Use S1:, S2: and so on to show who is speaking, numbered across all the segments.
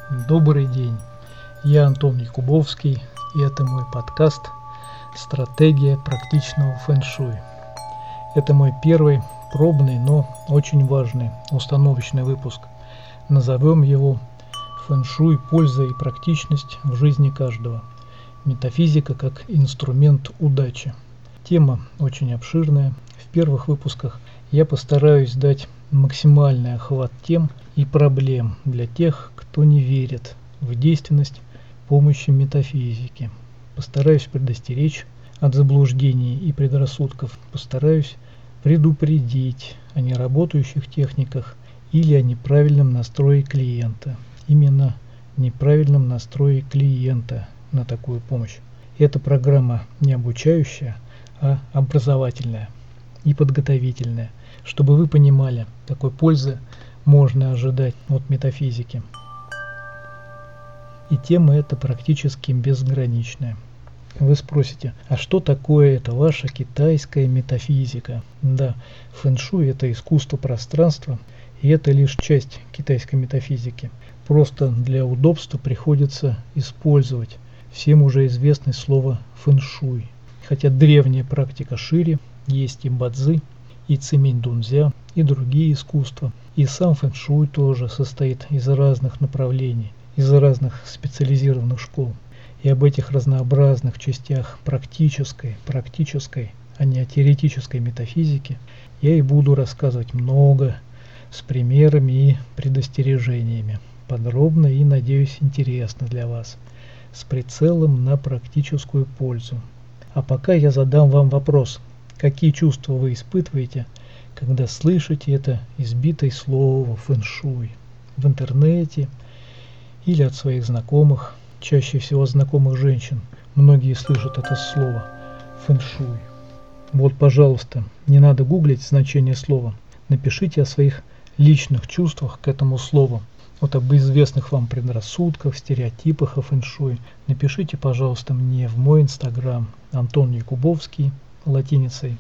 S1: Добрый день, я Антон Якубовский, и это мой подкаст «Стратегия практичного фэн-шуй». Это мой первый пробный, но очень важный установочный выпуск. Назовем его «Фэн-шуй. Польза и практичность в жизни каждого. Метафизика как инструмент удачи». Тема очень обширная. В первых выпусках я постараюсь дать максимальный охват тем и проблем для тех, кто не верит в действенность помощи метафизики. Постараюсь предостеречь от заблуждений и предрассудков, постараюсь предупредить о неработающих техниках или о неправильном настрое клиента. Именно неправильном настрое клиента на такую помощь. Эта программа не обучающая, а образовательная и подготовительная, чтобы вы понимали, какой пользы можно ожидать от метафизики. И тема эта практически безграничная. Вы спросите, а что такое эта ваша китайская метафизика? Да, фэн-шуй – это искусство пространства, и это лишь часть китайской метафизики. Просто для удобства приходится использовать всем уже известное слово фэн-шуй. Хотя древняя практика шире, есть и бадзи, и циминь-дунцзя, и другие искусства. И сам фэн-шуй тоже состоит из разных направлений, из разных специализированных школ. И об этих разнообразных частях практической, а не теоретической метафизики я и буду рассказывать много, с примерами и предостережениями. Подробно и, надеюсь, интересно для вас, с прицелом на практическую пользу. А пока я задам вам вопрос, какие чувства вы испытываете, когда слышите это избитое слово фэн-шуй в интернете или от своих знакомых, чаще всего знакомых женщин. Многие слышат это слово фэн-шуй. Вот, пожалуйста, не надо гуглить значение слова. Напишите о своих личных чувствах к этому слову. Вот об известных вам предрассудках, стереотипах о фэн-шуй. Напишите, пожалуйста, мне в мой инстаграм Антон Якубовский латиницей.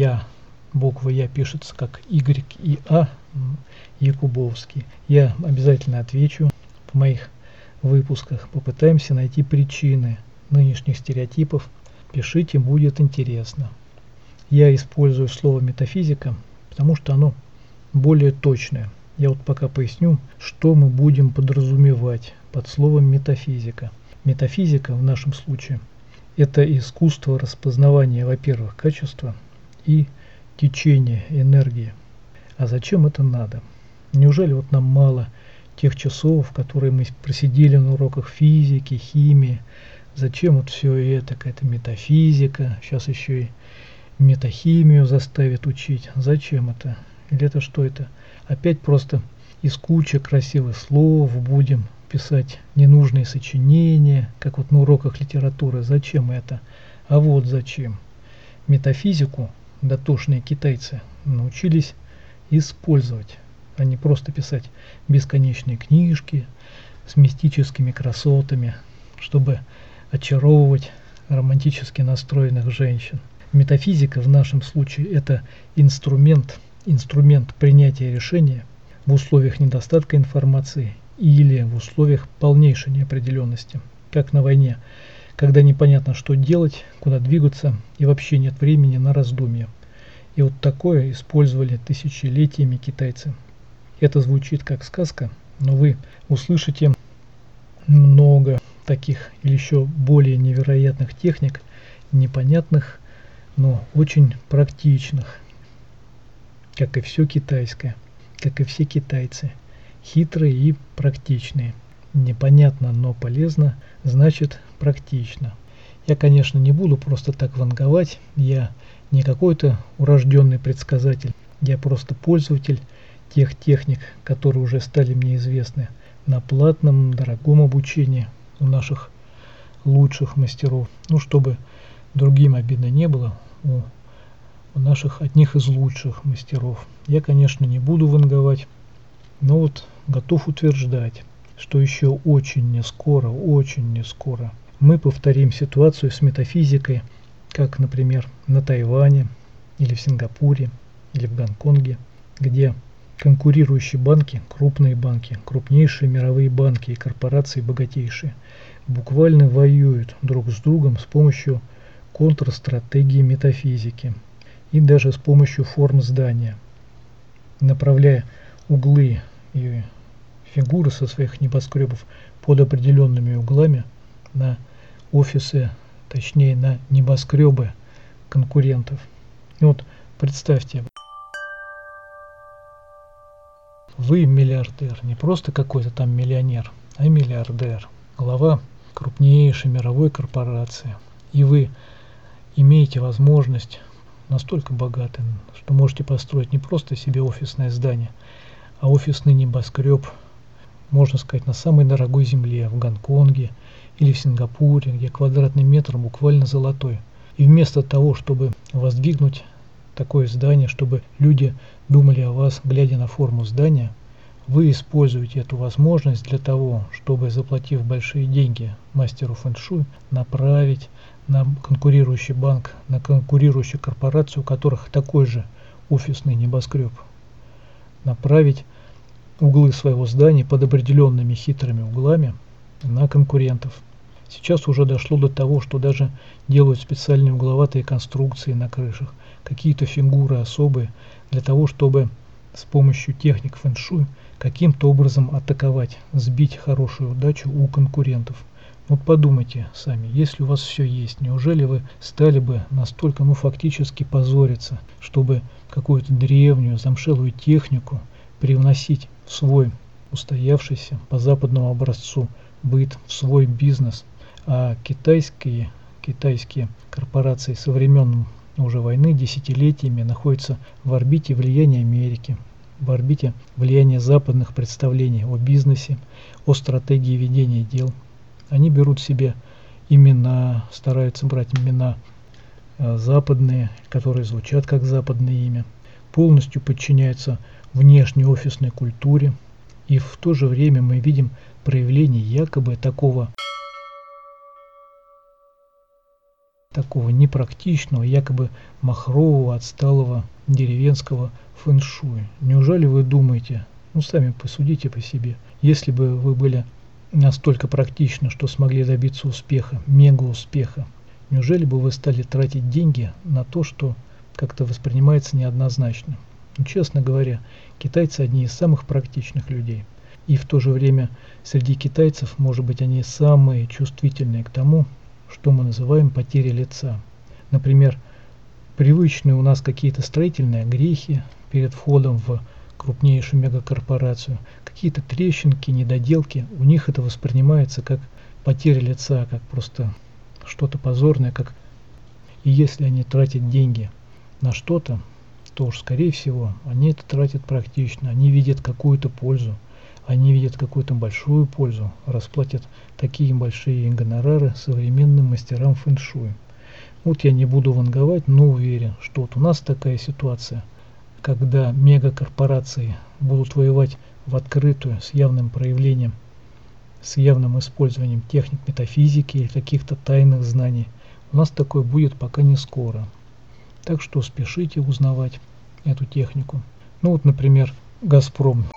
S1: Буква Я пишется как Y и А, Якубовский. Я обязательно отвечу в моих выпусках. Попытаемся найти причины нынешних стереотипов. Пишите, будет интересно. Я использую слово метафизика, потому что оно более точное. Я вот пока поясню, что мы будем подразумевать под словом метафизика. Метафизика в нашем случае это искусство распознавания, во-первых, качества и течения энергии. А зачем это надо? Неужели вот нам мало тех часов, которые мы просидели на уроках физики, химии? Зачем вот все это, какая-то метафизика, сейчас еще и метахимию заставят учить? Зачем это? Или это что это? Опять просто из кучи красивых слов будем писать ненужные сочинения, как вот на уроках литературы. Зачем это? А вот зачем. Метафизику дотошные китайцы научились использовать, а не просто писать бесконечные книжки с мистическими красотами, чтобы очаровывать романтически настроенных женщин. Метафизика в нашем случае это инструмент принятия решения в условиях недостатка информации или в условиях полнейшей неопределенности, как на войне, когда непонятно, что делать, куда двигаться и вообще нет времени на раздумья. И вот такое использовали тысячелетиями китайцы. Это звучит как сказка, но вы услышите много таких или еще более невероятных техник, непонятных, но очень практичных, как и все китайское, как и все китайцы, хитрые и практичные. Непонятно, но полезно, значит практично. Я, конечно, не буду просто так ванговать, я не какой-то урожденный предсказатель, я просто пользователь тех техник, которые уже стали мне известны на платном, дорогом обучении у наших лучших мастеров. Чтобы другим обидно не было, у наших одних из лучших мастеров. Я, конечно, не буду ванговать, но вот готов утверждать, что еще очень не скоро мы повторим ситуацию с метафизикой, как, например, на Тайване, или в Сингапуре, или в Гонконге, где конкурирующие банки, крупные банки, крупнейшие мировые банки и корпорации богатейшие буквально воюют друг с другом с помощью контрстратегии метафизики и даже с помощью форм здания, направляя углы и фигуры со своих небоскребов под определенными углами на офисы, точнее на небоскребы конкурентов. И вот представьте, вы миллиардер, не просто какой-то там миллионер, а миллиардер, глава крупнейшей мировой корпорации. И вы имеете возможность настолько богаты, что можете построить не просто себе офисное здание, а офисный небоскреб, можно сказать, на самой дорогой земле, в Гонконге или в Сингапуре, где квадратный метр буквально золотой. И вместо того, чтобы воздвигнуть такое здание, чтобы люди думали о вас, глядя на форму здания, вы используете эту возможность для того, чтобы, заплатив большие деньги мастеру фэн-шуй, направить на конкурирующий банк, на конкурирующую корпорацию, у которых такой же офисный небоскреб, направить углы своего здания под определенными хитрыми углами на конкурентов. Сейчас уже дошло до того, что даже делают специальные угловатые конструкции на крышах, какие-то фигуры особые, для того, чтобы с помощью техник фэн-шуй каким-то образом атаковать, сбить хорошую удачу у конкурентов. Вот подумайте сами, если у вас все есть, неужели вы стали бы настолько, фактически позориться, чтобы какую-то древнюю замшелую технику привносить в свой устоявшийся по западному образцу быт, в свой бизнес, а китайские корпорации со времен уже войны десятилетиями находятся в орбите влияния Америки, в орбите влияния западных представлений о бизнесе, о стратегии ведения дел. Они берут себе имена, стараются брать имена западные, которые звучат как западное имя, полностью подчиняются внешней офисной культуре, и в то же время мы видим проявление якобы такого непрактичного, якобы махрового, отсталого деревенского фэн-шуй. Неужели вы думаете, сами посудите по себе, если бы вы были настолько практичны, что смогли добиться успеха, мега-успеха, неужели бы вы стали тратить деньги на то, что как-то воспринимается неоднозначно? Честно говоря, китайцы одни из самых практичных людей. И в то же время среди китайцев, может быть, они самые чувствительные к тому, что мы называем потерей лица. Например, привычные у нас какие-то строительные огрехи перед входом в крупнейшую мегакорпорацию, какие-то трещинки, недоделки, у них это воспринимается как потеря лица, как просто что-то позорное, И если они тратят деньги на что-то, то уж скорее всего они это тратят практично, они видят какую-то пользу, они видят какую-то большую пользу, расплатят такие большие гонорары современным мастерам фэн-шуй. Вот я не буду ванговать, но уверен, что вот у нас такая ситуация, когда мегакорпорации будут воевать в открытую с явным проявлением, с явным использованием техник метафизики или каких-то тайных знаний. У нас такое будет пока не скоро. Так что спешите узнавать эту технику. Например, Газпром.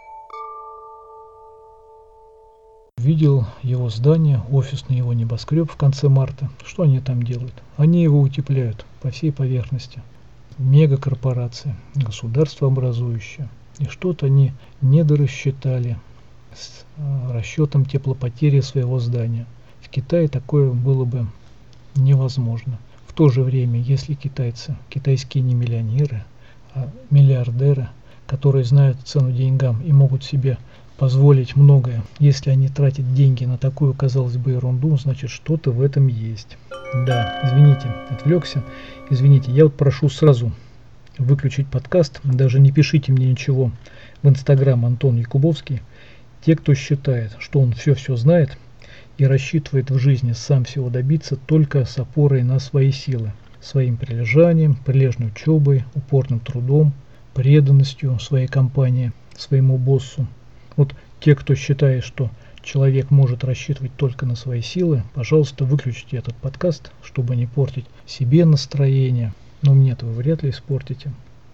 S1: Видел его здание, офисный его небоскреб в конце марта. Что они там делают? Они его утепляют по всей поверхности. Мегакорпорация, государство образующее. И что-то они недорассчитали с расчетом теплопотери своего здания. В Китае такое было бы невозможно. В то же время, если китайские не миллионеры, а миллиардеры, которые знают цену деньгам и могут себе позволить многое, если они тратят деньги на такую, казалось бы, ерунду, значит, что-то в этом есть. Да, извините, отвлекся. Извините, я прошу сразу выключить подкаст, даже не пишите мне ничего в Инстаграм Антон Якубовский. Те, кто считает, что он все знает и рассчитывает в жизни сам всего добиться только с опорой на свои силы, своим прилежанием, прилежной учебой, упорным трудом, преданностью своей компании, своему боссу. Вот те, кто считает, что человек может рассчитывать только на свои силы, пожалуйста, выключите этот подкаст, чтобы не портить себе настроение. Но мне-то вы вряд ли испортите.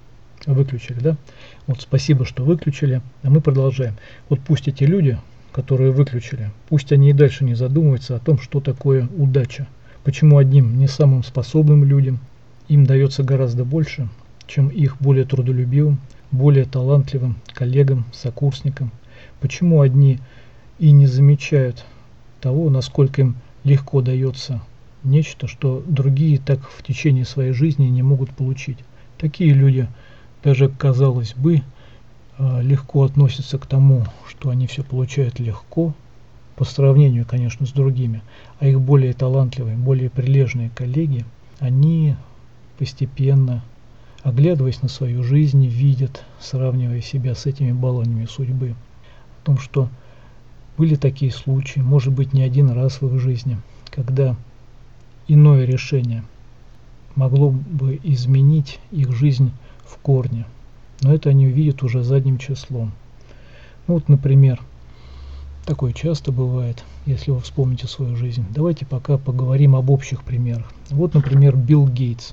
S1: Выключили, да? Вот спасибо, что выключили, а мы продолжаем. Вот пусть эти люди, которые выключили, пусть они и дальше не задумываются о том, что такое удача. Почему одним не самым способным людям им дается гораздо больше, чем их более трудолюбивым, более талантливым коллегам, сокурсникам. Почему одни и не замечают того, насколько им легко дается нечто, что другие так в течение своей жизни не могут получить. Такие люди даже, казалось бы, легко относятся к тому, что они все получают легко, по сравнению, конечно, с другими, а их более талантливые, более прилежные коллеги, они постепенно, оглядываясь на свою жизнь, видят, сравнивая себя с этими баллонами судьбы, о том, что были такие случаи, может быть, не один раз в их жизни, когда иное решение могло бы изменить их жизнь в корне, но это они увидят уже задним числом. Ну вот, например, такое часто бывает, если вы вспомните свою жизнь. Давайте пока поговорим об общих примерах. Вот, например, Билл Гейтс.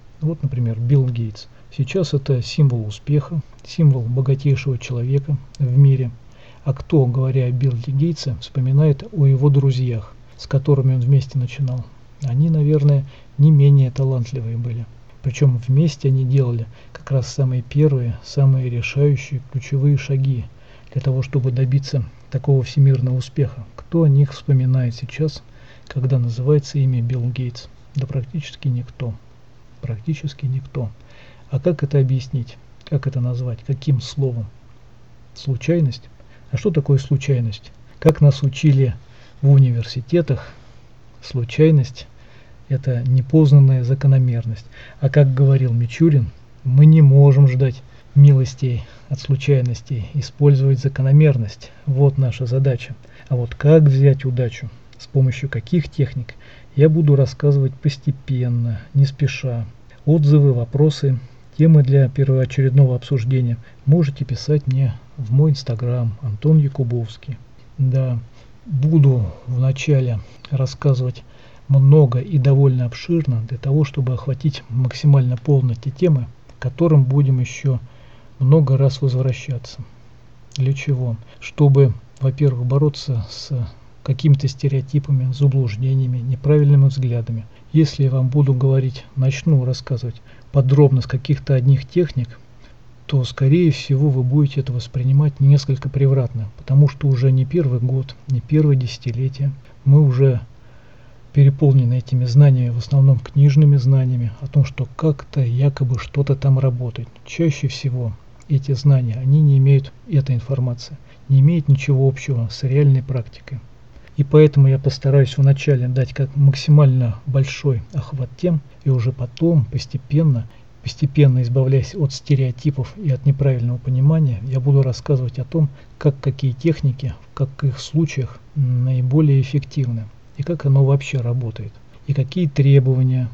S1: Сейчас это символ успеха, символ богатейшего человека в мире. А кто, говоря о Билле Гейтсе, вспоминает о его друзьях, с которыми он вместе начинал? Они, наверное, не менее талантливые были. Причем вместе они делали как раз самые первые, самые решающие, ключевые шаги для того, чтобы добиться такого всемирного успеха. Кто о них вспоминает сейчас, когда называется имя Билл Гейтс? Да практически никто. Практически никто. А как это объяснить? Как это назвать? Каким словом? Случайность? А что такое случайность? Как нас учили в университетах, случайность – это непознанная закономерность. А как говорил Мичурин, мы не можем ждать милостей от случайностей, использовать закономерность. Вот наша задача. А вот как взять удачу, с помощью каких техник, я буду рассказывать постепенно, не спеша. Отзывы, вопросы, темы для первоочередного обсуждения можете писать мне в мой инстаграм Антон Якубовский. Да, буду вначале рассказывать много и довольно обширно для того, чтобы охватить максимально полно те темы, к которым будем еще много раз возвращаться. Для чего? Чтобы, во-первых, бороться с какими-то стереотипами, заблуждениями, неправильными взглядами. Если я вам буду говорить, начну рассказывать подробно с каких-то одних техник, то, скорее всего, вы будете это воспринимать несколько превратно, потому что уже не первый год, не первое десятилетие мы уже переполнены этими знаниями, в основном книжными знаниями, о том, что как-то якобы что-то там работает. Чаще всего эти знания, они не имеют, эта информация, не имеет ничего общего с реальной практикой. И поэтому я постараюсь вначале дать как максимально большой охват тем, и уже потом, постепенно избавляясь от стереотипов и от неправильного понимания, я буду рассказывать о том, как какие техники, в каких случаях наиболее эффективны, и как оно вообще работает, и какие требования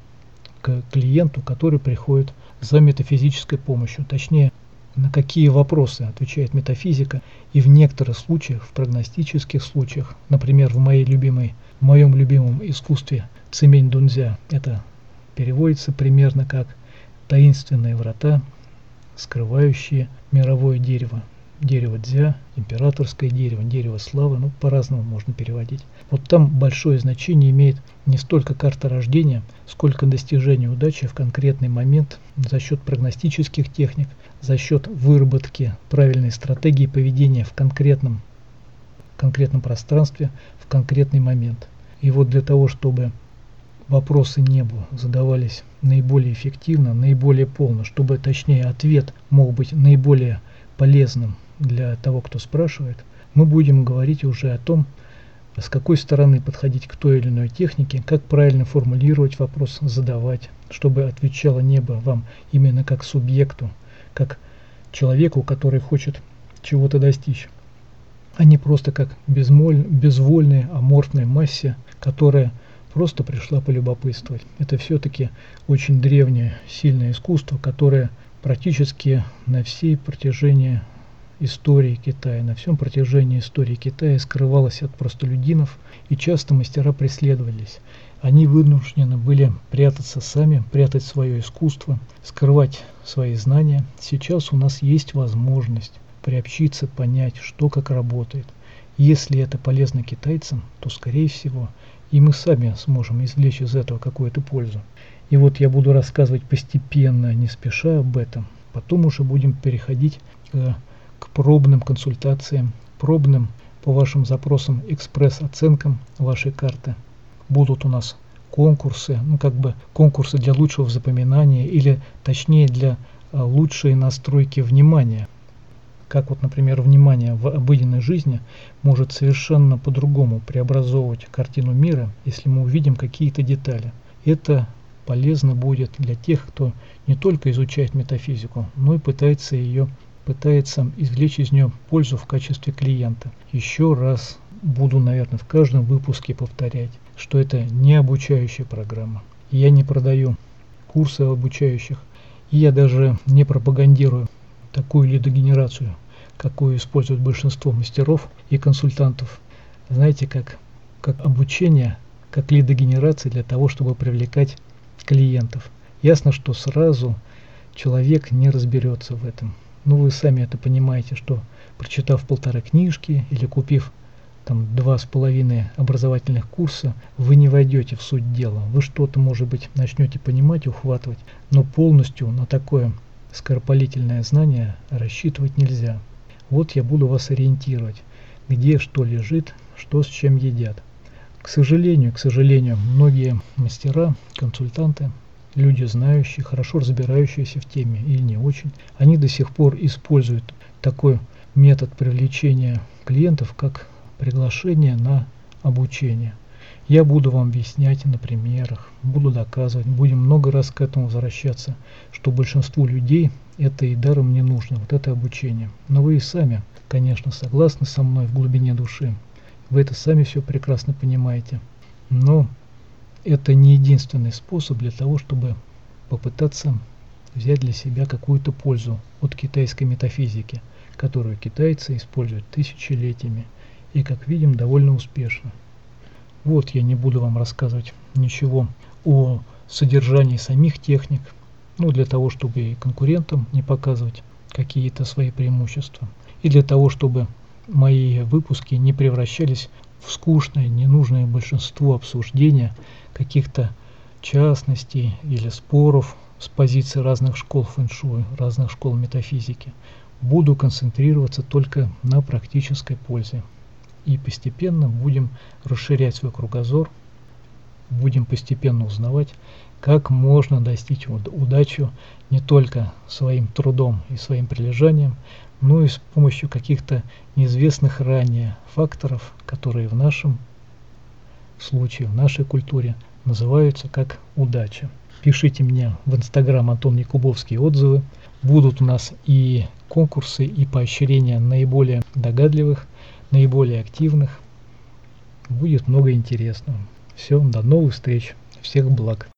S1: к клиенту, который приходит за метафизической помощью, точнее, на какие вопросы отвечает метафизика, и в некоторых случаях, в прогностических случаях, например, в моем любимом искусстве Цимень Дунзя, это переводится примерно как таинственные врата, скрывающие мировое дерево. Дерево дзя, императорское дерево, дерево славы, по-разному можно переводить. Вот там большое значение имеет не столько карта рождения, сколько достижение удачи в конкретный момент за счет прогностических техник, за счет выработки правильной стратегии поведения в конкретном пространстве, в конкретный момент. И вот для того, чтобы вопросы небу задавались наиболее эффективно, наиболее полно, чтобы, точнее, ответ мог быть наиболее полезным для того, кто спрашивает, мы будем говорить уже о том, с какой стороны подходить к той или иной технике, как правильно формулировать вопрос, задавать, чтобы отвечало небо вам именно как субъекту, как человеку, который хочет чего-то достичь, а не просто как безвольной, аморфной массе, которая просто пришла полюбопытствовать. Это все-таки очень древнее, сильное искусство, которое практически на всей протяжении истории Китая, на всем протяжении истории Китая скрывалась от простолюдинов, и часто мастера преследовались. Они вынуждены были прятаться сами, прятать свое искусство, скрывать свои знания. Сейчас у нас есть возможность приобщиться, понять, что как работает. Если это полезно китайцам, то, скорее всего, и мы сами сможем извлечь из этого какую-то пользу. И вот я буду рассказывать постепенно, не спеша об этом. Потом уже будем переходить к пробным консультациям, пробным по вашим запросам экспресс-оценкам вашей карты. Будут у нас конкурсы, конкурсы для лучшего запоминания или точнее для лучшей настройки внимания. Как вот, например, внимание в обыденной жизни может совершенно по-другому преобразовывать картину мира, если мы увидим какие-то детали. Это полезно будет для тех, кто не только изучает метафизику, но и пытается извлечь из нее пользу в качестве клиента. Еще раз буду, наверное, в каждом выпуске повторять, что это не обучающая программа. Я не продаю курсы обучающих, и я даже не пропагандирую такую лидогенерацию, какую используют большинство мастеров и консультантов. Знаете, как обучение, как лидогенерация для того, чтобы привлекать клиентов. Ясно, что сразу человек не разберется в этом. Но вы сами это понимаете, что прочитав 1,5 книжки или купив 2,5 образовательных курса, вы не войдете в суть дела. Вы что-то, может быть, начнете понимать, ухватывать, но полностью на такое скоропалительное знание рассчитывать нельзя. Вот я буду вас ориентировать, где что лежит, что с чем едят. К сожалению, многие мастера, консультанты, люди знающие, хорошо разбирающиеся в теме или не очень, они до сих пор используют такой метод привлечения клиентов, как приглашение на обучение. Я буду вам объяснять на примерах, буду доказывать, будем много раз к этому возвращаться, что большинству людей это и даром не нужно, вот это обучение. Но вы и сами, конечно, согласны со мной в глубине души. Вы это сами все прекрасно понимаете. Но это не единственный способ для того, чтобы попытаться взять для себя какую-то пользу от китайской метафизики, которую китайцы используют тысячелетиями и, как видим, довольно успешно. Вот я не буду вам рассказывать ничего о содержании самих техник, для того, чтобы и конкурентам не показывать какие-то свои преимущества, и для того, чтобы мои выпуски не превращались в скучное, ненужное большинству обсуждения каких-то частностей или споров с позиции разных школ фэншуй, разных школ метафизики. Буду концентрироваться только на практической пользе. И постепенно будем расширять свой кругозор, будем постепенно узнавать, как можно достичь удачи не только своим трудом и своим прилежанием, но и с помощью каких-то неизвестных ранее факторов, которые в нашем случае, в нашей культуре называются как удача. Пишите мне в Инстаграм Антон Якубовский отзывы. Будут у нас и конкурсы, и поощрения наиболее догадливых, наиболее активных. Будет много интересного. Все, до новых встреч. Всех благ.